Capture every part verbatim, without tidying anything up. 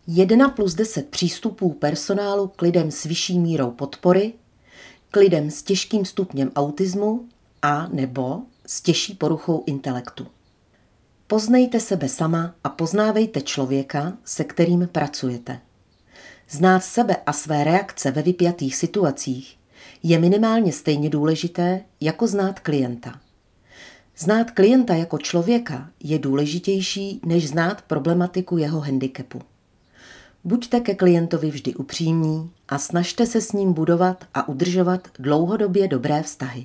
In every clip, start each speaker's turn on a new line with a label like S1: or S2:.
S1: jedna plus deset přístupů personálu k lidem s vyšší mírou podpory, k lidem s těžkým stupněm autismu a nebo s těžší poruchou intelektu. Poznejte sebe sama a poznávejte člověka, se kterým pracujete. Znát sebe a své reakce ve vypjatých situacích je minimálně stejně důležité, jako znát klienta. Znát klienta jako člověka je důležitější, než znát problematiku jeho handicapu. Buďte ke klientovi vždy upřímní a snažte se s ním budovat a udržovat dlouhodobě dobré vztahy.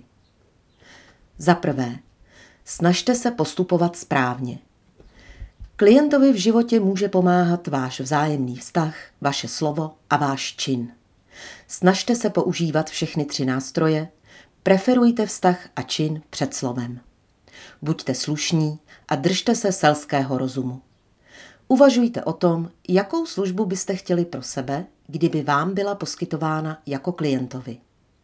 S1: Za prvé, snažte se postupovat správně. Klientovi v životě může pomáhat váš vzájemný vztah, vaše slovo a váš čin. Snažte se používat všechny tři nástroje, preferujte vztah a čin před slovem. Buďte slušní a držte se selského rozumu. Uvažujte o tom, jakou službu byste chtěli pro sebe, kdyby vám byla poskytována jako klientovi.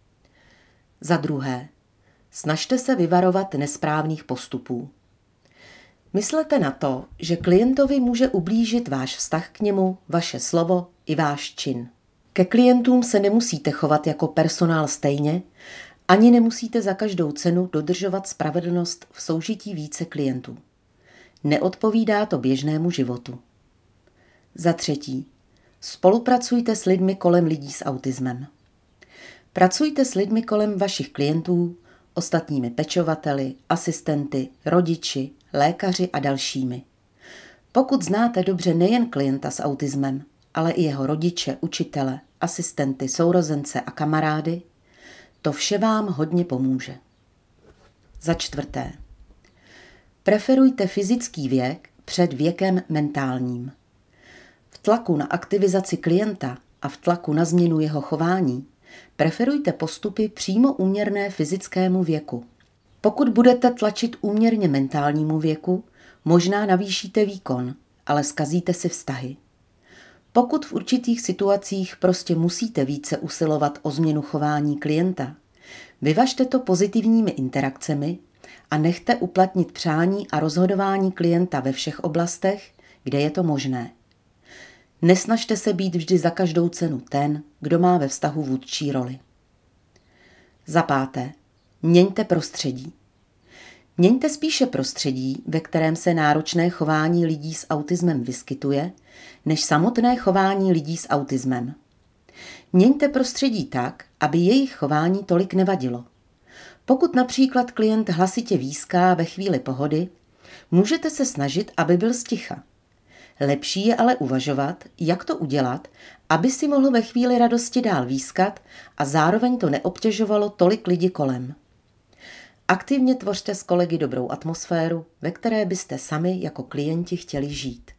S1: Za druhé, snažte se vyvarovat nesprávných postupů. Myslete na to, že klientovi může ublížit váš vztah k němu, vaše slovo i váš čin. Ke klientům se nemusíte chovat jako personál stejně, ani nemusíte za každou cenu dodržovat spravedlnost v soužití více klientů. Neodpovídá to běžnému životu. Za třetí, spolupracujte s lidmi kolem lidí s autismem. Pracujte s lidmi kolem vašich klientů, ostatními pečovateli, asistenty, rodiči, lékaři a dalšími. Pokud znáte dobře nejen klienta s autismem, ale i jeho rodiče, učitele, asistenty, sourozence a kamarády, to vše vám hodně pomůže. Za čtvrté, preferujte fyzický věk před věkem mentálním. V tlaku na aktivizaci klienta a v tlaku na změnu jeho chování preferujte postupy přímo úměrné fyzickému věku. Pokud budete tlačit úměrně mentálnímu věku, možná navýšíte výkon, ale zkazíte si vztahy. Pokud v určitých situacích prostě musíte více usilovat o změnu chování klienta, vyvažte to pozitivními interakcemi a nechte uplatnit přání a rozhodování klienta ve všech oblastech, kde je to možné. Nesnažte se být vždy za každou cenu ten, kdo má ve vztahu vůdčí roli. Za páté, měňte prostředí. Měňte spíše prostředí, ve kterém se náročné chování lidí s autismem vyskytuje, než samotné chování lidí s autismem. Měňte prostředí tak, aby jejich chování tolik nevadilo. Pokud například klient hlasitě výská ve chvíli pohody, můžete se snažit, aby byl sticha. Lepší je ale uvažovat, jak to udělat, aby si mohl ve chvíli radosti dál výskat a zároveň to neobtěžovalo tolik lidí kolem. Aktivně tvořte s kolegy dobrou atmosféru, ve které byste sami jako klienti chtěli žít.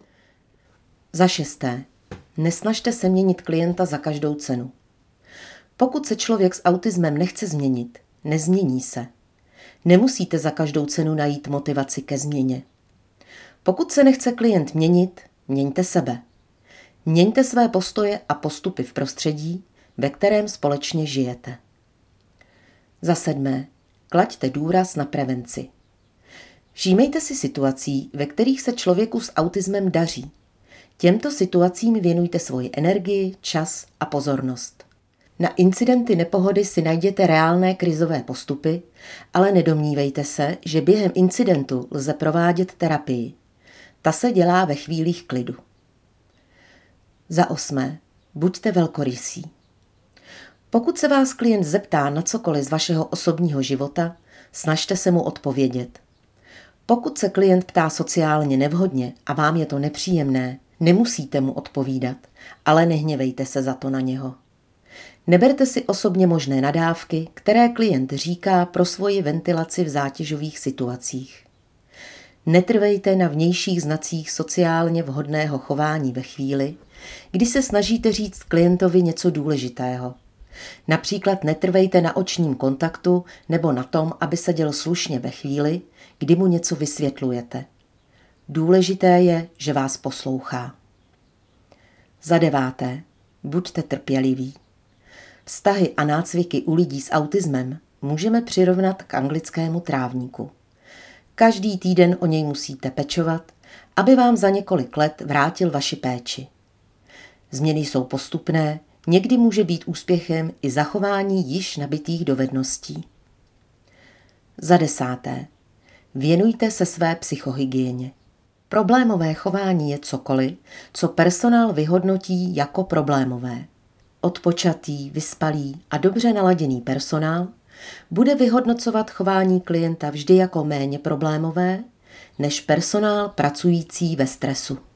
S1: Za šesté, nesnažte se měnit klienta za každou cenu. Pokud se člověk s autismem nechce změnit, nezmění se. Nemusíte za každou cenu najít motivaci ke změně. Pokud se nechce klient měnit, měňte sebe. Měňte své postoje a postupy v prostředí, ve kterém společně žijete. Za sedmé, klaďte důraz na prevenci. Všímejte si situací, ve kterých se člověku s autismem daří. Těmto situacím věnujte svoji energii, čas a pozornost. Na incidenty nepohody si najděte reálné krizové postupy, ale nedomnívejte se, že během incidentu lze provádět terapii. Ta se dělá ve chvílích klidu. Za osmé, buďte velkorysí. Pokud se vás klient zeptá na cokoliv z vašeho osobního života, snažte se mu odpovědět. Pokud se klient ptá sociálně nevhodně a vám je to nepříjemné, nemusíte mu odpovídat, ale nehněvejte se za to na něho. Neberte si osobně možné nadávky, které klient říká pro svoji ventilaci v zátěžových situacích. Netrvejte na vnějších znacích sociálně vhodného chování ve chvíli, kdy se snažíte říct klientovi něco důležitého. Například netrvejte na očním kontaktu nebo na tom, aby seděl slušně ve chvíli, kdy mu něco vysvětlujete. Důležité je, že vás poslouchá. Za deváté, buďte trpěliví. Vztahy a nácviky u lidí s autismem můžeme přirovnat k anglickému trávníku. Každý týden o něj musíte pečovat, aby vám za několik let vrátil vaši péči. Změny jsou postupné, někdy může být úspěchem i zachování již nabytých dovedností. Za desáté. Věnujte se své psychohygieně. Problémové chování je cokoliv, co personál vyhodnotí jako problémové. Odpočatý, vyspalý a dobře naladěný personál bude vyhodnocovat chování klienta vždy jako méně problémové, než personál pracující ve stresu.